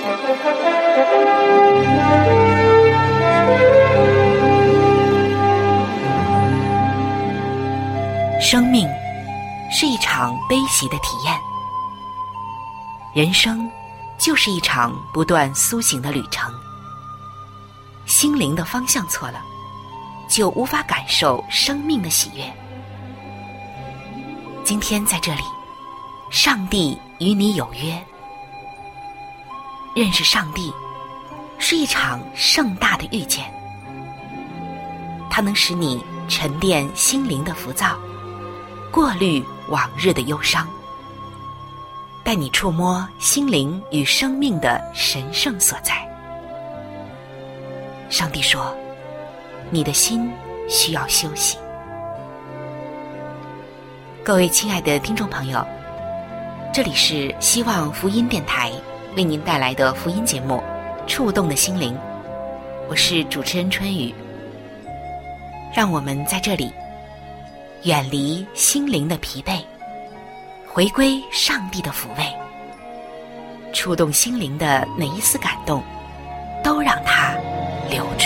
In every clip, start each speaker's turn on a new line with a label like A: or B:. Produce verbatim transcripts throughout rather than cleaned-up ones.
A: 生命是一场悲喜的体验，人生就是一场不断苏醒的旅程。心灵的方向错了，就无法感受生命的喜悦。今天在这里，上帝与你有约。认识上帝是一场盛大的遇见，它能使你沉淀心灵的浮躁，过滤往日的忧伤，带你触摸心灵与生命的神圣所在。上帝说，你的心需要休息。各位亲爱的听众朋友，这里是希望福音电台为您带来的福音节目《触动的心灵》，我是主持人春雨。让我们在这里远离心灵的疲惫，回归上帝的抚慰，触动心灵的每一丝感动，都让它留住。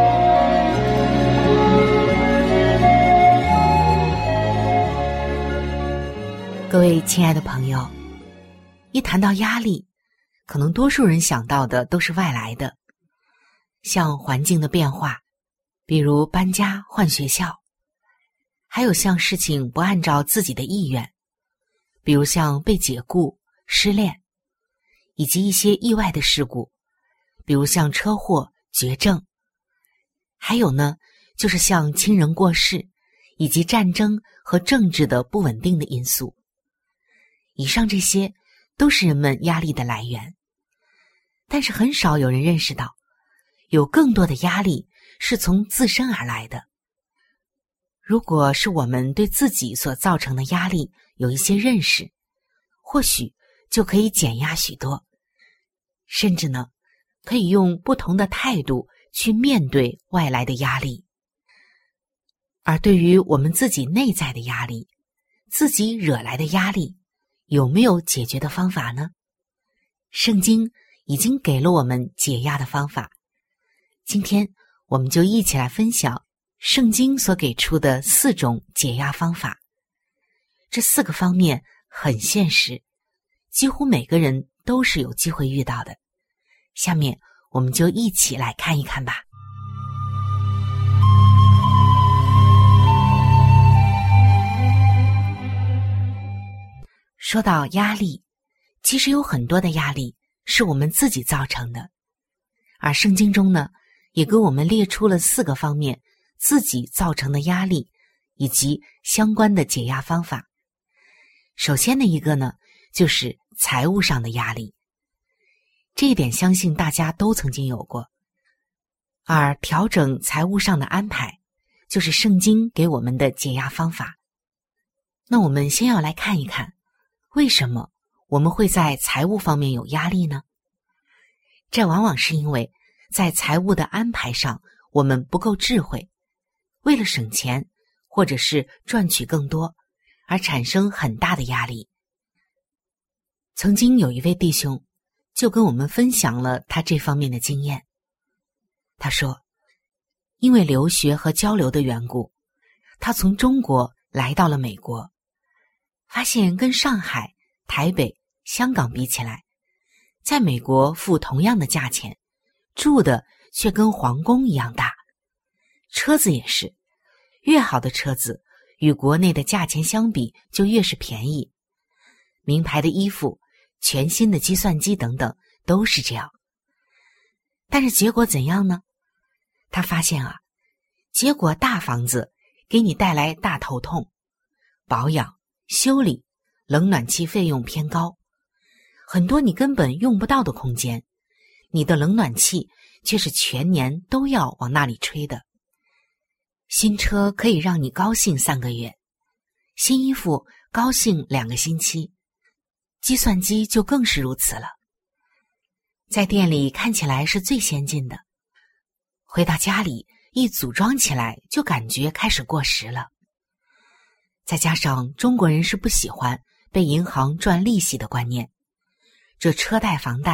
A: 各位亲爱的朋友，一谈到压力，可能多数人想到的都是外来的，像环境的变化，比如搬家换学校，还有像事情不按照自己的意愿，比如像被解雇、失恋，以及一些意外的事故，比如像车祸、绝症，还有呢，就是像亲人过世，以及战争和政治的不稳定的因素。以上这些都是人们压力的来源，但是很少有人认识到，有更多的压力是从自身而来的。如果是我们对自己所造成的压力有一些认识，或许就可以减压许多，甚至呢，可以用不同的态度去面对外来的压力。而对于我们自己内在的压力，自己惹来的压力，有没有解决的方法呢？圣经已经给了我们解压的方法，今天我们就一起来分享圣经所给出的四种解压方法。这四个方面很现实，几乎每个人都是有机会遇到的。下面我们就一起来看一看吧。说到压力，其实有很多的压力是我们自己造成的，而圣经中呢，也给我们列出了四个方面自己造成的压力以及相关的解压方法。首先的一个呢，就是财务上的压力，这一点相信大家都曾经有过。而调整财务上的安排，就是圣经给我们的解压方法。那我们先要来看一看，为什么我们会在财务方面有压力呢？这往往是因为在财务的安排上我们不够智慧，为了省钱或者是赚取更多而产生很大的压力。曾经有一位弟兄就跟我们分享了他这方面的经验。他说，因为留学和交流的缘故，他从中国来到了美国，发现跟上海、台北、香港比起来，在美国付同样的价钱，住的却跟皇宫一样大。车子也是，越好的车子与国内的价钱相比就越是便宜。名牌的衣服、全新的计算机等等都是这样。但是结果怎样呢？他发现啊，结果大房子给你带来大头痛，保养、修理、冷暖气费用偏高，很多你根本用不到的空间，你的冷暖气却是全年都要往那里吹的。新车可以让你高兴三个月，新衣服高兴两个星期，计算机就更是如此了。在店里看起来是最先进的，回到家里一组装起来就感觉开始过时了。再加上中国人是不喜欢被银行赚利息的观念，这车贷房贷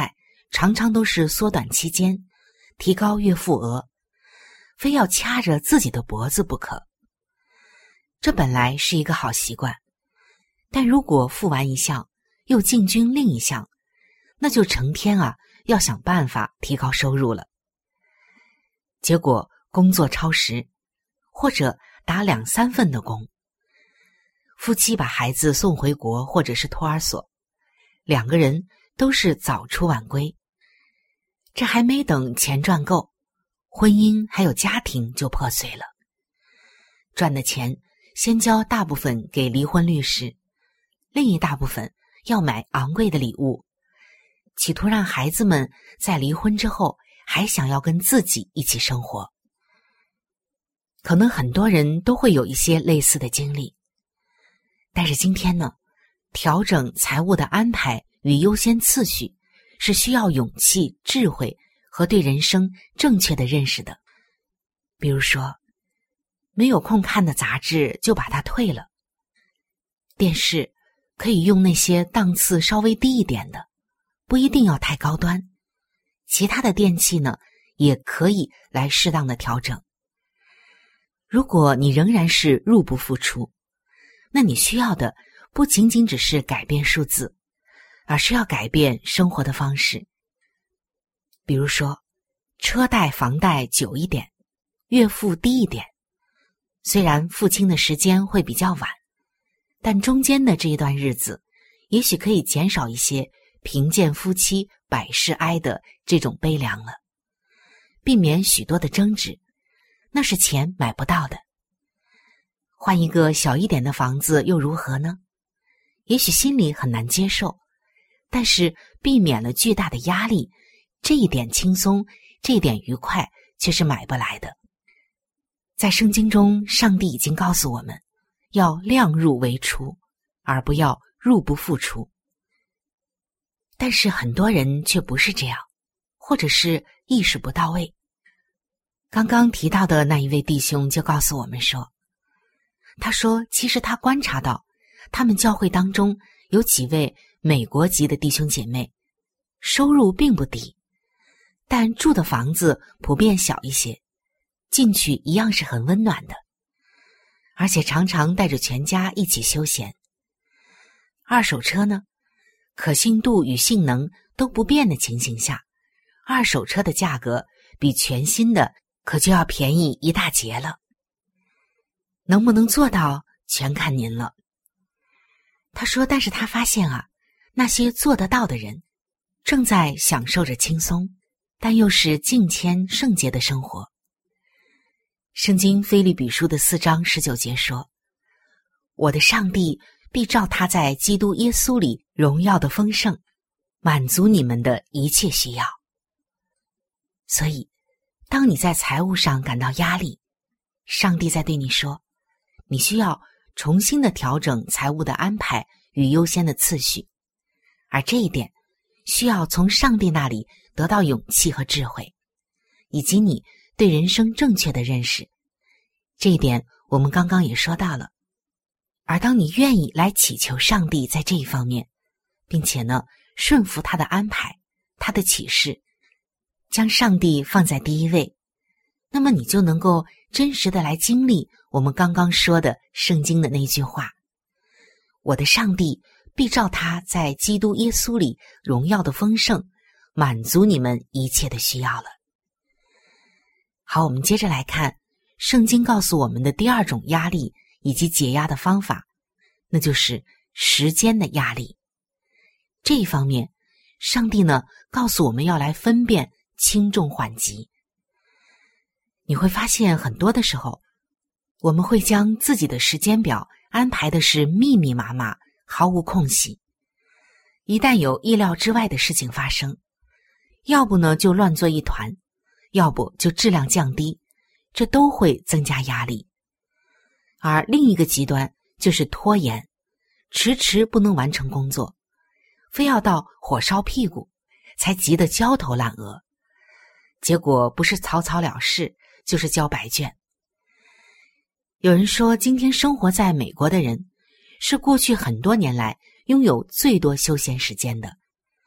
A: 常常都是缩短期间，提高月付额，非要掐着自己的脖子不可。这本来是一个好习惯，但如果付完一项又进军另一项，那就成天啊要想办法提高收入了。结果工作超时，或者打两三份的工，夫妻把孩子送回国或者是托儿所，两个人都是早出晚归，这还没等钱赚够，婚姻还有家庭就破碎了。赚的钱先交大部分给离婚律师，另一大部分要买昂贵的礼物，企图让孩子们在离婚之后还想要跟自己一起生活。可能很多人都会有一些类似的经历，但是今天呢，调整财务的安排与优先次序是需要勇气、智慧和对人生正确的认识的。比如说，没有空看的杂志就把它退了，电视可以用那些档次稍微低一点的，不一定要太高端，其他的电器呢也可以来适当的调整。如果你仍然是入不敷出，那你需要的不仅仅只是改变数字，而是要改变生活的方式。比如说，车贷房贷久一点，月付低一点，虽然付清的时间会比较晚，但中间的这一段日子也许可以减少一些贫贱夫妻百事哀的这种悲凉了，避免许多的争执，那是钱买不到的。换一个小一点的房子又如何呢？也许心里很难接受，但是避免了巨大的压力，这一点轻松，这一点愉快却是买不来的。在圣经中，上帝已经告诉我们，要量入为出，而不要入不敷出。但是很多人却不是这样，或者是意识不到位。刚刚提到的那一位弟兄就告诉我们说，他说其实他观察到他们教会当中有几位美国籍的弟兄姐妹，收入并不低，但住的房子普遍小一些，进去一样是很温暖的，而且常常带着全家一起休闲。二手车呢，可信度与性能都不变的情形下，二手车的价格比全新的可就要便宜一大截了。能不能做到，全看您了。他说，但是他发现啊，那些做得到的人，正在享受着轻松，但又是敬谦圣洁的生活。圣经腓立比书的四章十九节说，我的上帝必照他在基督耶稣里荣耀的丰盛，满足你们的一切需要。所以当你在财务上感到压力，上帝在对你说，你需要重新的调整财务的安排与优先的次序，而这一点需要从上帝那里得到勇气和智慧，以及你对人生正确的认识。这一点我们刚刚也说到了。而当你愿意来祈求上帝在这一方面，并且呢顺服他的安排，他的启示，将上帝放在第一位，那么你就能够真实的来经历我们刚刚说的圣经的那句话，我的上帝必照他在基督耶稣里荣耀的丰盛，满足你们一切的需要了。好，我们接着来看圣经告诉我们的第二种压力以及解压的方法，那就是时间的压力。这一方面，上帝呢告诉我们要来分辨轻重缓急。你会发现很多的时候，我们会将自己的时间表安排的是密密麻麻，毫无空隙。一旦有意料之外的事情发生，要不呢就乱作一团，要不就质量降低，这都会增加压力。而另一个极端就是拖延，迟迟不能完成工作，非要到火烧屁股才急得焦头烂额，结果不是草草了事，就是交白卷。有人说，今天生活在美国的人是过去很多年来拥有最多休闲时间的，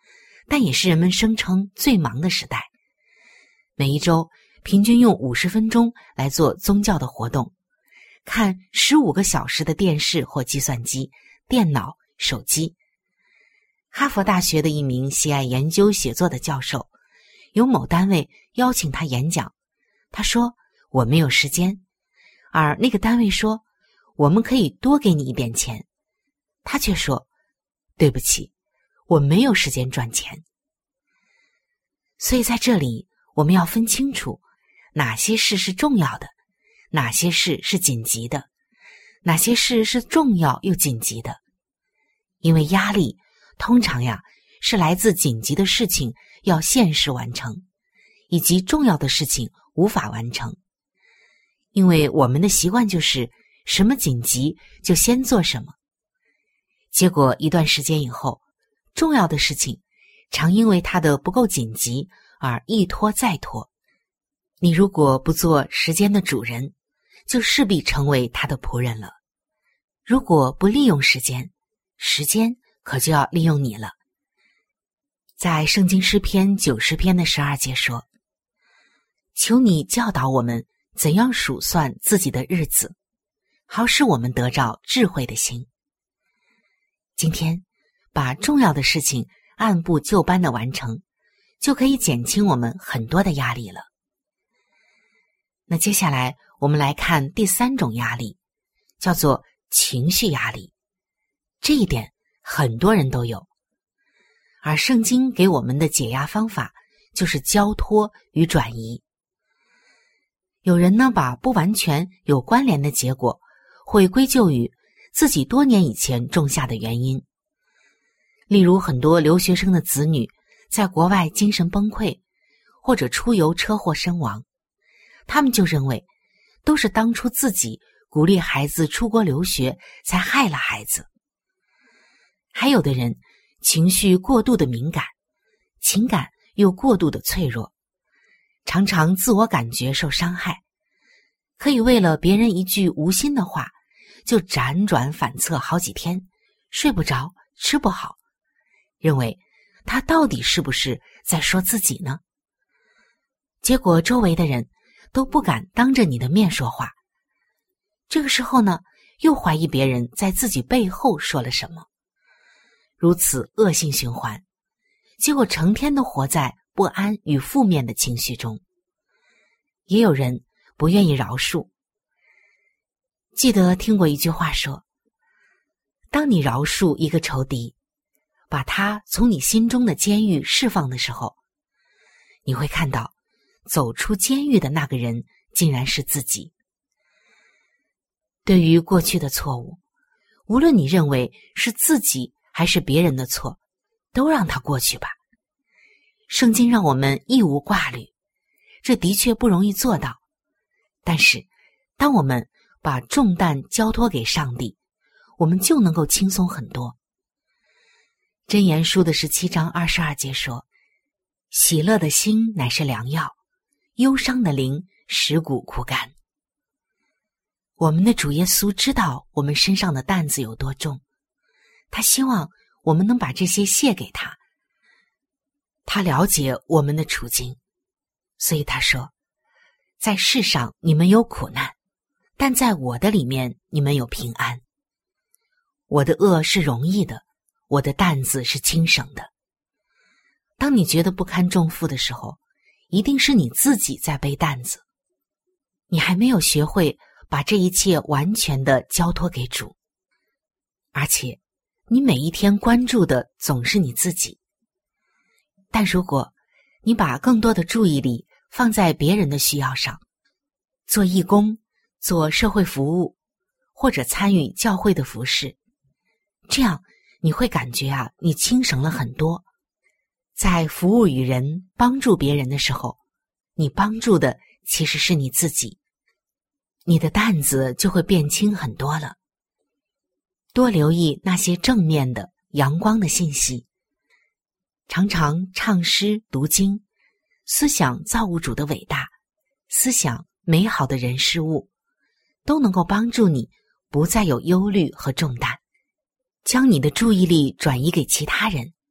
A: 但也是人们声称最忙的时代。每一周平均用五十分钟来做宗教的活动，看十五个小时的电视或计算机、电脑、手机。哈佛大学的一名喜爱研究写作的教授，有某单位邀请他演讲，他说我没有时间，而那个单位说我们可以多给你一点钱，他却说对不起，我没有时间赚钱。所以在这里我们要分清楚哪些事是重要的，哪些事是紧急的，哪些事是重要又紧急的。因为压力通常呀是来自紧急的事情要限时完成，以及重要的事情无法完成。因为我们的习惯就是什么紧急就先做什么，结果一段时间以后，重要的事情常因为它的不够紧急而一拖再拖。你如果不做时间的主人，就势必成为他的仆人了。如果不利用时间，时间可就要利用你了。在圣经诗篇九十篇的十二节说，求你教导我们怎样数算自己的日子，好使我们得着智慧的心。今天把重要的事情按部就班的完成，就可以减轻我们很多的压力了。那接下来我们来看第三种压力，叫做情绪压力。这一点很多人都有，而圣经给我们的解压方法就是交托与转移。有人呢，把不完全有关联的结果会归咎于自己多年以前种下的原因。例如很多留学生的子女在国外精神崩溃，或者出游车祸身亡，他们就认为都是当初自己鼓励孩子出国留学才害了孩子。还有的人情绪过度的敏感，情感又过度的脆弱，常常自我感觉受伤害，可以为了别人一句无心的话就辗转反侧好几天，睡不着，吃不好，认为他到底是不是在说自己呢？结果周围的人都不敢当着你的面说话，这个时候呢，又怀疑别人在自己背后说了什么，如此恶性循环，结果成天都活在不安与负面的情绪中。也有人不愿意饶恕。记得听过一句话说，当你饶恕一个仇敌，把他从你心中的监狱释放的时候，你会看到走出监狱的那个人竟然是自己。对于过去的错误，无论你认为是自己还是别人的错，都让它过去吧。圣经让我们一无挂虑，这的确不容易做到，但是当我们把重担交托给上帝，我们就能够轻松很多。箴言书的十七章二十二节说，喜乐的心乃是良药，忧伤的灵使骨枯干。我们的主耶稣知道我们身上的担子有多重，他希望我们能把这些卸给他。他了解我们的处境，所以他说，在世上你们有苦难，但在我的里面你们有平安。我的恶是容易的，我的担子是轻省的。当你觉得不堪重负的时候，一定是你自己在背担子，你还没有学会把这一切完全的交托给主，而且你每一天关注的总是你自己。但如果你把更多的注意力放在别人的需要上，做义工，做社会服务，或者参与教会的服事，这样你会感觉啊，你轻省了很多。在服务于人，帮助别人的时候，你帮助的其实是你自己，你的担子就会变轻很多了。多留意那些正面的、阳光的信息，常常唱诗、读经，思想造物主的伟大，思想美好的人事物，都能够帮助你不再有忧虑和重担。将你的注意力转移给其他人，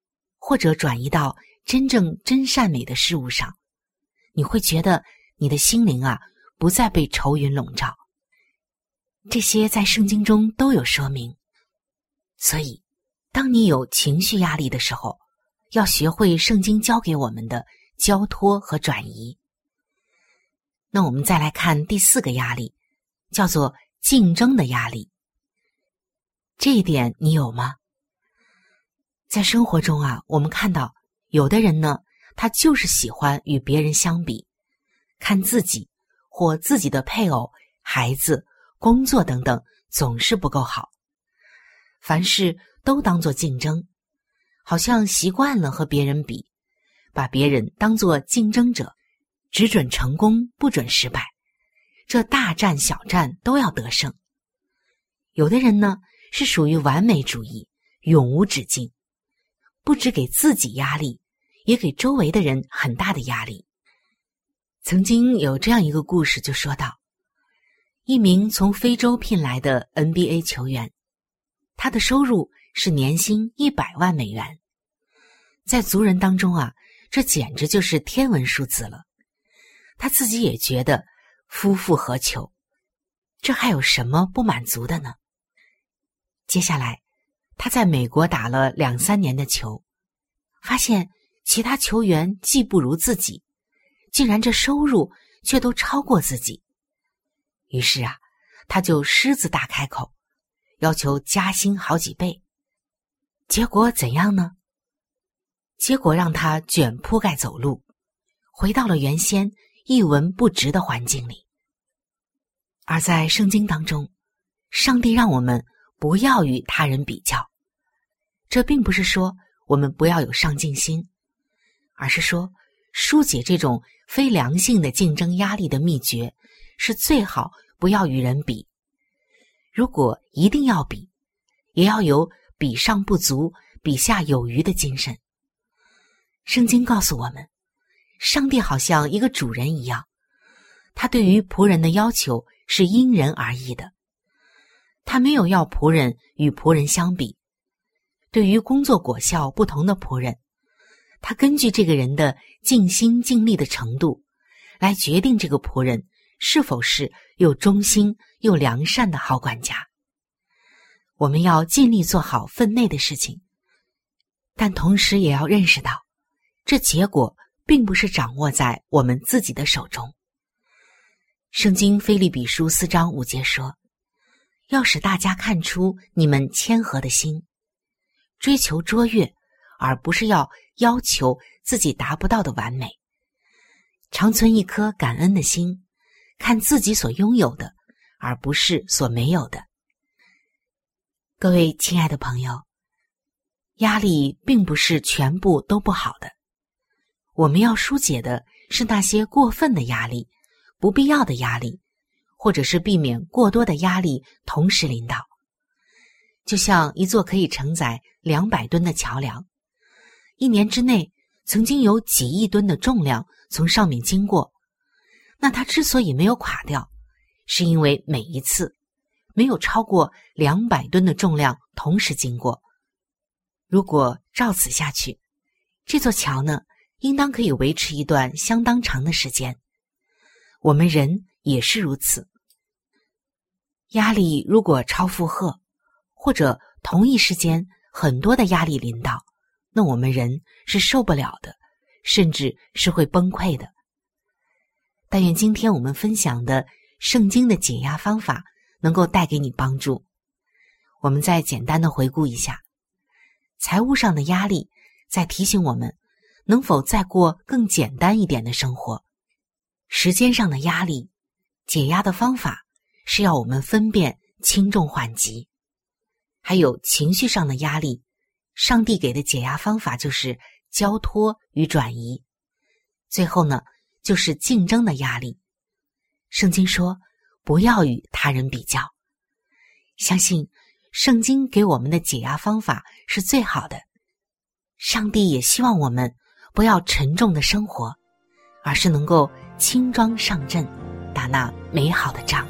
A: 或者转移到真正真善美的事物上，你会觉得你的心灵啊不再被愁云笼罩。这些在圣经中都有说明。所以当你有情绪压力的时候，要学会圣经教给我们的交托和转移。那我们再来看第四个压力，叫做竞争的压力。这一点你有吗？在生活中啊，我们看到有的人呢，他就是喜欢与别人相比，看自己或自己的配偶、孩子、工作等等总是不够好，凡事都当作竞争，好像习惯了和别人比，把别人当作竞争者，只准成功不准失败，这大战小战都要得胜。有的人呢是属于完美主义，永无止境，不只给自己压力，也给周围的人很大的压力。曾经有这样一个故事，就说到一名从非洲聘来的 N B A 球员，他的收入是年薪一百万美元，在族人当中啊，这简直就是天文数字了。他自己也觉得夫复何求，这还有什么不满足的呢？接下来他在美国打了两三年的球，发现其他球员既不如自己，竟然这收入却都超过自己。于是啊，他就狮子大开口，要求加薪好几倍。结果怎样呢？结果让他卷铺盖走路，回到了原先一文不值的环境里。而在圣经当中，上帝让我们不要与他人比较，这并不是说我们不要有上进心，而是说疏解这种非良性的竞争压力的秘诀是最好不要与人比。如果一定要比，也要有比上不足比下有余的精神。圣经告诉我们，上帝好像一个主人一样，他对于仆人的要求是因人而异的，他没有要仆人与仆人相比。对于工作果效不同的仆人，他根据这个人的尽心尽力的程度来决定这个仆人是否是又忠心又良善的好管家。我们要尽力做好分内的事情，但同时也要认识到，这结果并不是掌握在我们自己的手中。圣经腓立比书四章五节说，要使大家看出你们谦和的心，追求卓越，而不是要要求自己达不到的完美，常存一颗感恩的心，看自己所拥有的，而不是所没有的。各位亲爱的朋友，压力并不是全部都不好的，我们要疏解的是那些过分的压力、不必要的压力，或者是避免过多的压力同时临到。就像一座可以承载两百吨的桥梁，一年之内曾经有几亿吨的重量从上面经过，那它之所以没有垮掉，是因为每一次没有超过两百吨的重量同时经过。如果照此下去，这座桥呢，应当可以维持一段相当长的时间。我们人也是如此。压力如果超负荷，或者同一时间很多的压力临到，那我们人是受不了的，甚至是会崩溃的。但愿今天我们分享的圣经的解压方法能够带给你帮助。我们再简单的回顾一下，财务上的压力在提醒我们能否再过更简单一点的生活。时间上的压力，解压的方法是要我们分辨轻重缓急。还有情绪上的压力，上帝给的解压方法就是交托与转移。最后呢，就是竞争的压力。圣经说，不要与他人比较。相信圣经给我们的解压方法是最好的。上帝也希望我们不要沉重的生活，而是能够轻装上阵，打那美好的仗。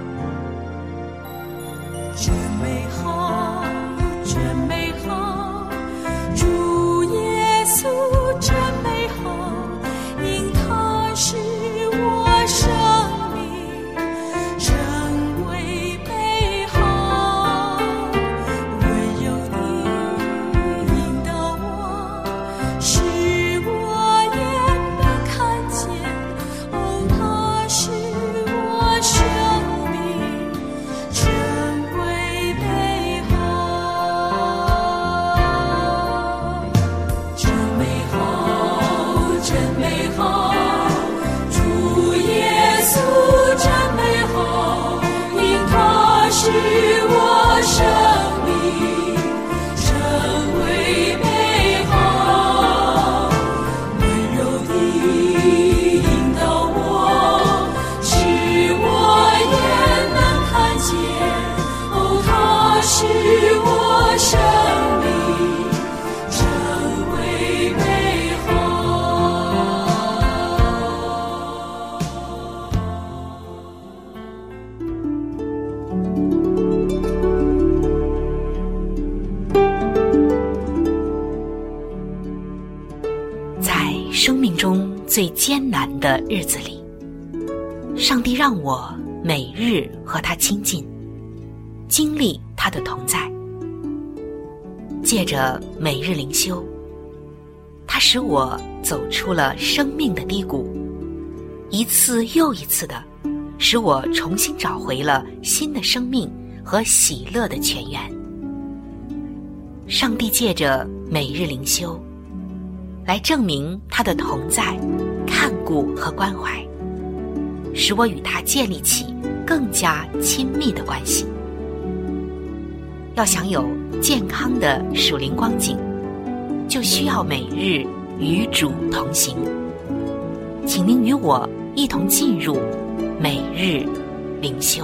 B: 真美好，真美好，
A: 最艰难的日子里，上帝让我每日和他亲近，经历他的同在。借着每日灵修，他使我走出了生命的低谷，一次又一次的使我重新找回了新的生命和喜乐的泉源。上帝借着每日灵修来证明他的同在、看顾和关怀，使我与他建立起更加亲密的关系。要享有健康的属灵光景，就需要每日与主同行。请您与我一同进入每日灵修。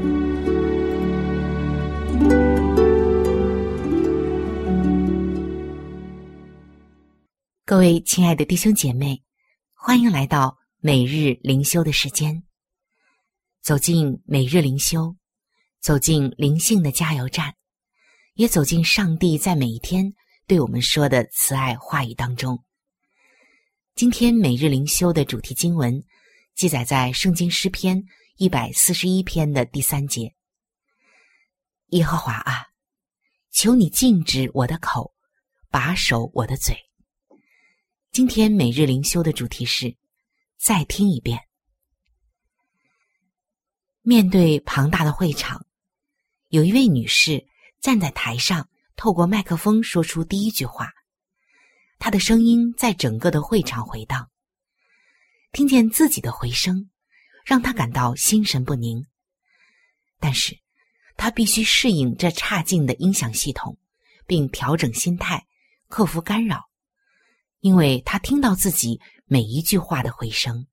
A: 各位亲爱的弟兄姐妹，欢迎来到每日灵修的时间。走进每日灵修，走进灵性的加油站，也走进上帝在每一天对我们说的慈爱话语当中。今天每日灵修的主题经文记载在圣经诗篇一百四十一篇的第三节。耶和华啊，求你禁止我的口，把守我的嘴。今天每日灵修的主题是再听一遍。面对庞大的会场，有一位女士站在台上，透过麦克风说出第一句话，她的声音在整个的会场回荡。听见自己的回声，让她感到心神不宁。但是她必须适应这差劲的音响系统，并调整心态，克服干扰，因为她听到自己每一句话的回声。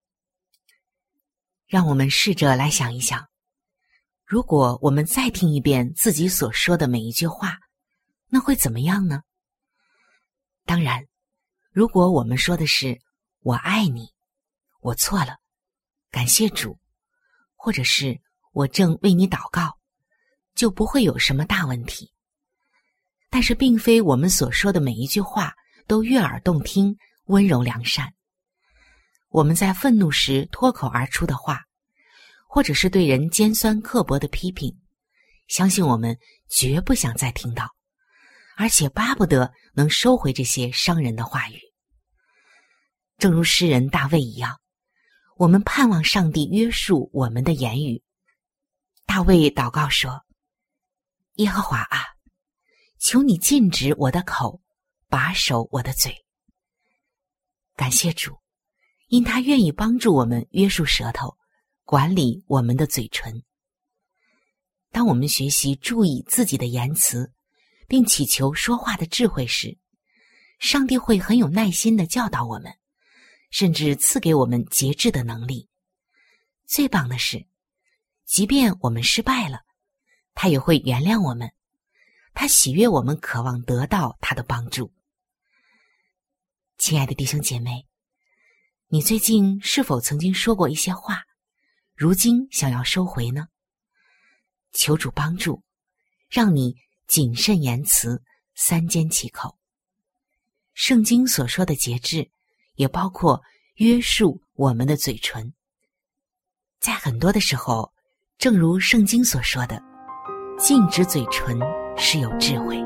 A: 让我们试着来想一想，如果我们再听一遍自己所说的每一句话，那会怎么样呢？当然，如果我们说的是我爱你，我错了，感谢主，或者是我正为你祷告，就不会有什么大问题。但是并非我们所说的每一句话都悦耳动听、温柔良善。我们在愤怒时脱口而出的话，或者是对人尖酸刻薄的批评，相信我们绝不想再听到，而且巴不得能收回这些伤人的话语。正如诗人大卫一样，我们盼望上帝约束我们的言语。大卫祷告说，耶和华啊，求你禁止我的口，把守我的嘴。感谢主，因他愿意帮助我们约束舌头，管理我们的嘴唇。当我们学习注意自己的言辞，并祈求说话的智慧时，上帝会很有耐心地教导我们，甚至赐给我们节制的能力。最棒的是，即便我们失败了，他也会原谅我们，他喜悦我们渴望得到他的帮助。亲爱的弟兄姐妹，你最近是否曾经说过一些话，如今想要收回呢？求主帮助，让你谨慎言辞，三缄其口。圣经所说的节制，也包括约束我们的嘴唇。在很多的时候，正如圣经所说的，禁止嘴唇是有智慧。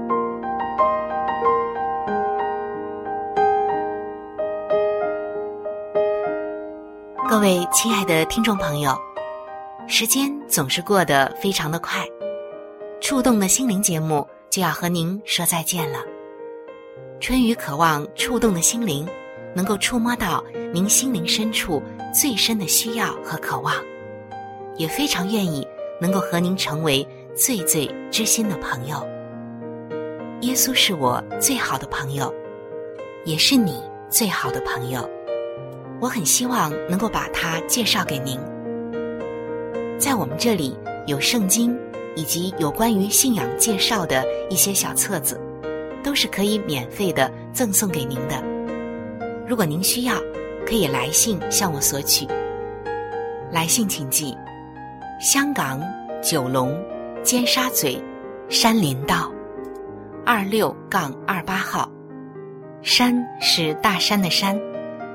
A: 各位亲爱的听众朋友，时间总是过得非常的快，触动的心灵节目就要和您说再见了。春雨渴望触动的心灵能够触摸到您心灵深处最深的需要和渴望，也非常愿意能够和您成为最最知心的朋友。耶稣是我最好的朋友，也是你最好的朋友。我很希望能够把它介绍给您。在我们这里有圣经以及有关于信仰介绍的一些小册子，都是可以免费的赠送给您的。如果您需要，可以来信向我索取。来信请寄香港九龙尖沙咀山林道二六杠二八号，山是大山的山，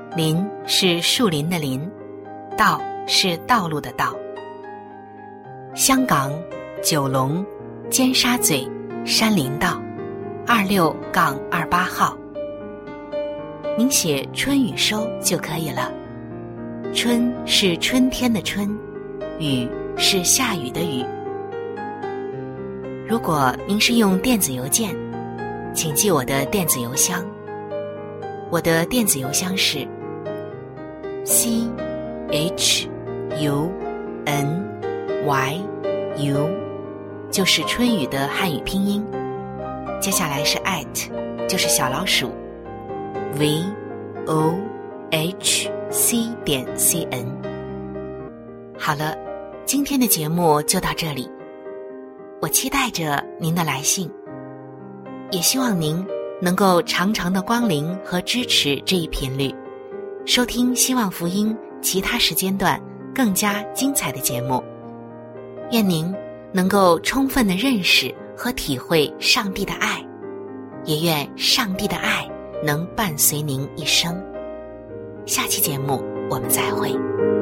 A: 林是树林的林，道是道路的道。香港九龙尖沙咀山林道二六杠二八号。您写春雨收就可以了。春是春天的春，雨是下雨的雨。如果您是用电子邮件，请记我的电子邮箱。我的电子邮箱是 c h u n y u， 就是春雨的汉语拼音，接下来是 at， 就是小老鼠 v o h c 点 c n。 好了，今天的节目就到这里，我期待着您的来信，也希望您能够常常的光临和支持这一频率，收听希望福音其他时间段更加精彩的节目。愿您能够充分的认识和体会上帝的爱，也愿上帝的爱能伴随您一生。下期节目我们再会。